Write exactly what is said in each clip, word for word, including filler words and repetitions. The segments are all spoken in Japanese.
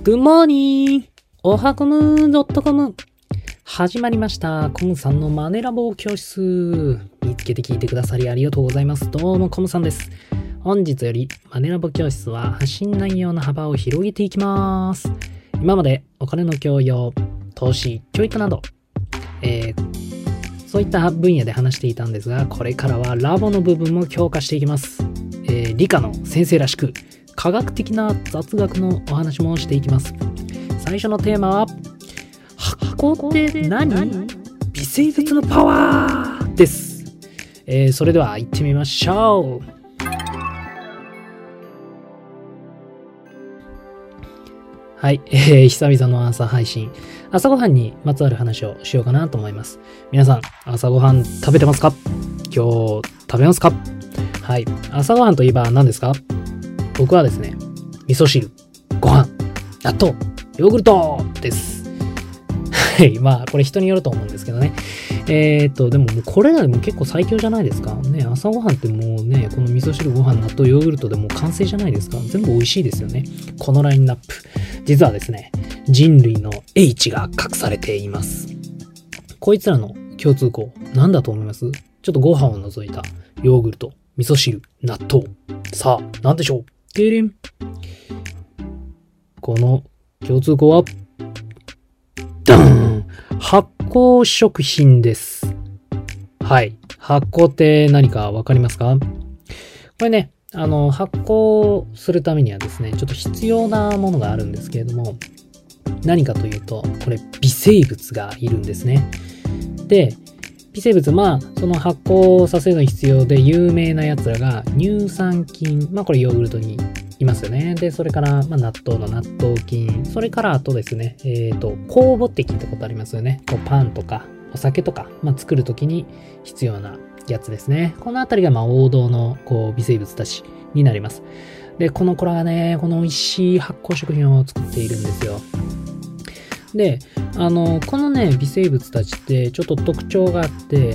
グッモーニーおはこむ .com 始まりました。コムさんのマネラボ教室。見つけて聞いてくださりありがとうございます。どうもコムさんです。本日よりマネラボ教室は発信内容の幅を広げていきます。今までお金の教養、投資、教育など、えー、そういった分野で話していたんですが、これからはラボの部分も強化していきます。えー、理科の先生らしく科学的な雑学のお話もしていきます。最初のテーマは箱って何？微生物のパワーです。えー、それでは行ってみましょう。はい、えー、久々の朝配信。朝ごはんにまつわる話をしようかなと思います。皆さん、朝ごはん食べてますか？今日食べますか？はい、朝ごはんといえば何ですか？僕はですね、味噌汁、ご飯、納豆、ヨーグルトです。はい。まあ、これ人によると思うんですけどね。えーっと、でももうこれらでも結構最強じゃないですか。ね、朝ごはんってもうね、この味噌汁、ご飯、納豆、ヨーグルトでもう完成じゃないですか。全部美味しいですよね。このラインナップ。実はですね、人類の H が隠されています。こいつらの共通項、何だと思います？ちょっとご飯を除いたヨーグルト、味噌汁、納豆。さあ、何でしょう？てれん。この共通項は、ダーン！発酵食品です。はい。発酵って何かわかりますか？これね、あの、発酵するためにはですね、ちょっと必要なものがあるんですけれども、何かというと、これ微生物がいるんですね。で、微生物、まあ、その発酵させるのに必要で有名なやつらが乳酸菌、まあこれヨーグルトにいますよね。で、それから、まあ納豆の納豆菌、それからあとですね、えっと、酵母って聞いたことありますよね。こうパンとかお酒とか、まあ作るときに必要なやつですね。このあたりがまあ王道のこう微生物たちになります。で、この子らがね、この美味しい発酵食品を作っているんですよ。で、あの、このね、微生物たちってちょっと特徴があって、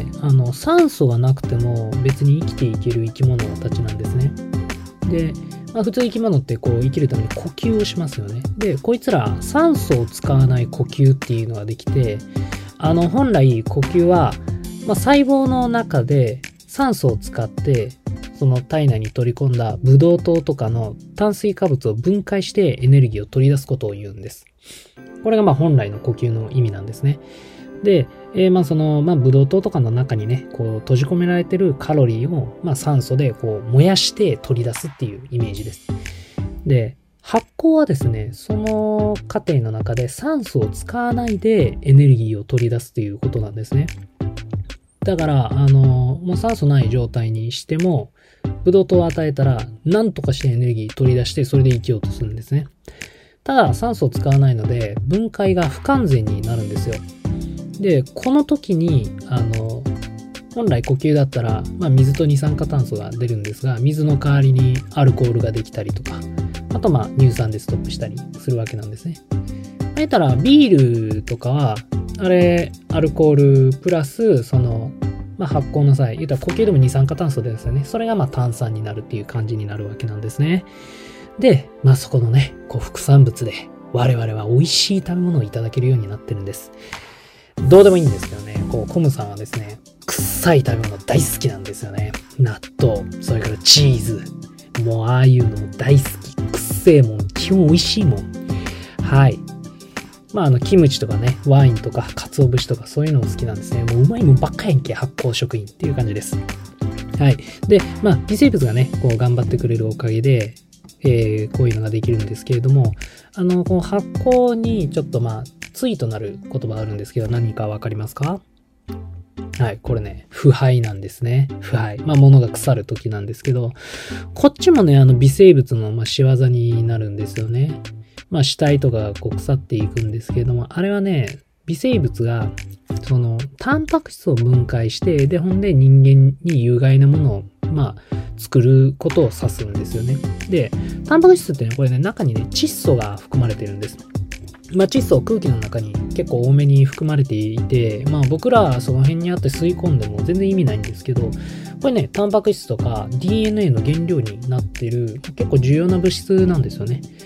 あの、酸素がなくても別に生きていける生き物たちなんですね。で、まあ、普通生き物ってこう生きるために呼吸をしますよね。で、こいつら酸素を使わない呼吸っていうのができて、あの、本来呼吸は、まあ、細胞の中で酸素を使って、その体内に取り込んだブドウ糖とかの炭水化物を分解してエネルギーを取り出すことを言うんです。これがまあ本来の呼吸の意味なんですね。で、えー、まあその、まあブドウ糖とかの中にね、こう閉じ込められてるカロリーを、まあ酸素でこう燃やして取り出すっていうイメージです。で、発酵はですね、その過程の中で酸素を使わないでエネルギーを取り出すっていうことなんですね。だから、あの、もう酸素ない状態にしても、ブドウ糖を与えたら、何とかしてエネルギー取り出して、それで生きようとするんですね。ただ、酸素を使わないので、分解が不完全になるんですよ。で、この時に、あの、本来呼吸だったら、まあ、水と二酸化炭素が出るんですが、水の代わりにアルコールができたりとか、あと、まあ、乳酸でストップしたりするわけなんですね。言ったら、ビールとかは、あれ、アルコールプラス、その、まあ、発酵の際、言ったら呼吸でも二酸化炭素ですよね。それがまあ炭酸になるっていう感じになるわけなんですね。で、まあそこのね、こう副産物で我々は美味しい食べ物をいただけるようになってるんです。どうでもいいんですけどね、こうコムさんはですね、臭い食べ物大好きなんですよね。納豆、それからチーズ、もうああいうのも大好き。くっせえもん、基本美味しいもん。はい。まああのキムチとかね、ワインとか鰹節とかそういうのも好きなんですね。もううまいもんばっかやんけ、発酵食品っていう感じです。はい。で、まあ微生物がね、こう頑張ってくれるおかげで、えー、こういうのができるんですけれども、あの、こう発酵にちょっとまあ、対となる言葉があるんですけど、何かわかりますか？はい、これね、腐敗なんですね。腐敗。まあ、物が腐る時なんですけど、こっちもね、あの微生物のまあ仕業になるんですよね。まあ死体とかがこう腐っていくんですけれども、あれはね、微生物が、その、タンパク質を分解して、で、ほんで人間に有害なものを、まあ、作ることを指すんですよね。で、タンパク質ってね、これね、中にね、窒素が含まれてるんです。まあ、窒素空気の中に結構多めに含まれていて、まあ僕らその辺にあって吸い込んでも全然意味ないんですけど、これね、タンパク質とか ディーエヌエー の原料になってる結構重要な物質なんですよね。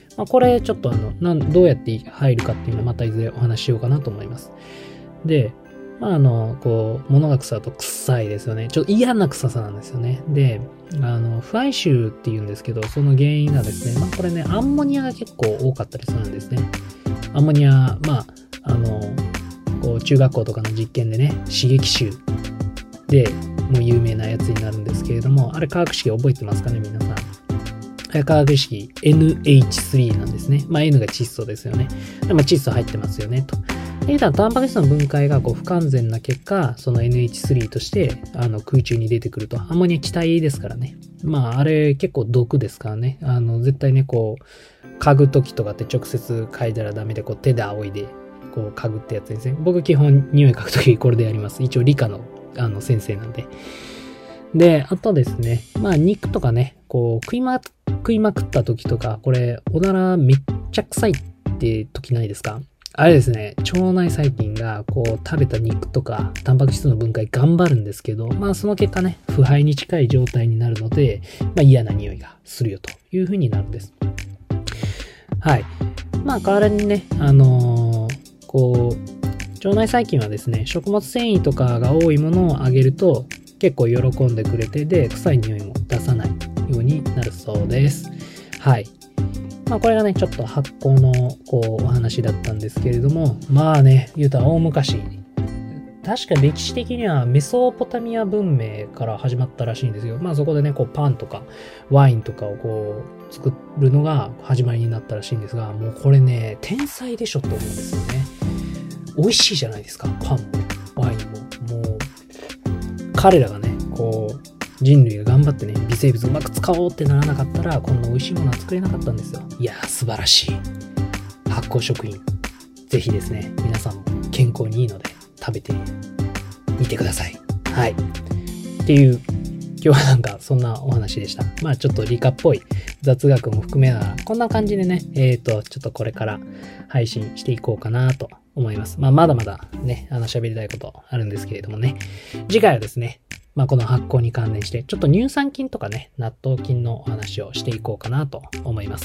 まあ、これちょっとあの、なん、どうやって入るかっていうのはまたいずれお話ししようかなと思います。で、まああの、こう、物が腐ると臭いですよね。ちょっと嫌な臭さなんですよね。で、あの、腐敗臭って言うんですけど、その原因がですね、まあこれね、アンモニアが結構多かったりするんですね。アンモニア、まあ、あの、こう、中学校とかの実験でね、刺激臭で、もう有名なやつになるんですけれども、あれ化学式覚えてますかね、皆さん。あれ化学式 エヌエイチスリー なんですね。まあ N が窒素ですよね。でまあ窒素入ってますよね、と。で、タンパク質の分解がこう不完全な結果、その エヌエイチスリー としてあの空中に出てくると。アンモニア気体ですからね。まああれ結構毒ですからね。あの絶対ね、こう、嗅ぐときとかって直接嗅いだらダメで、こう手で仰いで、こう嗅ぐってやつですね。僕基本匂い嗅ぐときこれでやります。一応理科のあの先生なんで。で、あとですね、まあ肉とかね、こう食いま、食いまくった時とか、これおならめっちゃ臭いって時ないですか？あれですね、腸内細菌がこう食べた肉とかタンパク質の分解頑張るんですけど、まあその結果ね、腐敗に近い状態になるので、まあ嫌な匂いがするよという風になるんです。はい。まあ代わりにね、あのー、こう、腸内細菌はですね、食物繊維とかが多いものをあげると結構喜んでくれて、で、臭い匂いも出さないようになるそうです。はい。まあこれがね、ちょっと発酵のこうお話だったんですけれども、まあね、言うたら大昔、確か歴史的にはメソポタミア文明から始まったらしいんですよ。まあそこでね、こうパンとかワインとかをこう作るのが始まりになったらしいんですが、もうこれね、天才でしょと思うんですよね。美味しいじゃないですか、パンもワインも。もう、彼らがね、こう、人類が頑張ってね、微生物うまく使おうってならなかったら、こんな美味しいものは作れなかったんですよ。いやー、素晴らしい。発酵食品。ぜひですね、皆さんも健康にいいので食べてみてください。はい。っていう、今日はなんかそんなお話でした。まあちょっと理科っぽい雑学も含めながら、こんな感じでね、えっと、ちょっとこれから配信していこうかなと思います。まあまだまだね、あの喋りたいことあるんですけれどもね。次回はですね、まあこの発酵に関連して、ちょっと乳酸菌とかね、納豆菌のお話をしていこうかなと思います。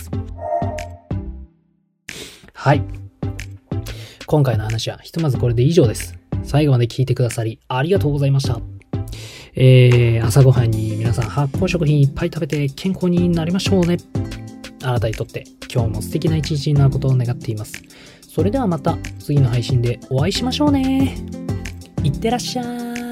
はい。今回の話はひとまずこれで以上です。最後まで聞いてくださりありがとうございました。えー、朝ごはんに皆さん発酵食品いっぱい食べて健康になりましょうね。あなたにとって今日も素敵な一日になることを願っています。それではまた次の配信でお会いしましょうね。いってらっしゃい。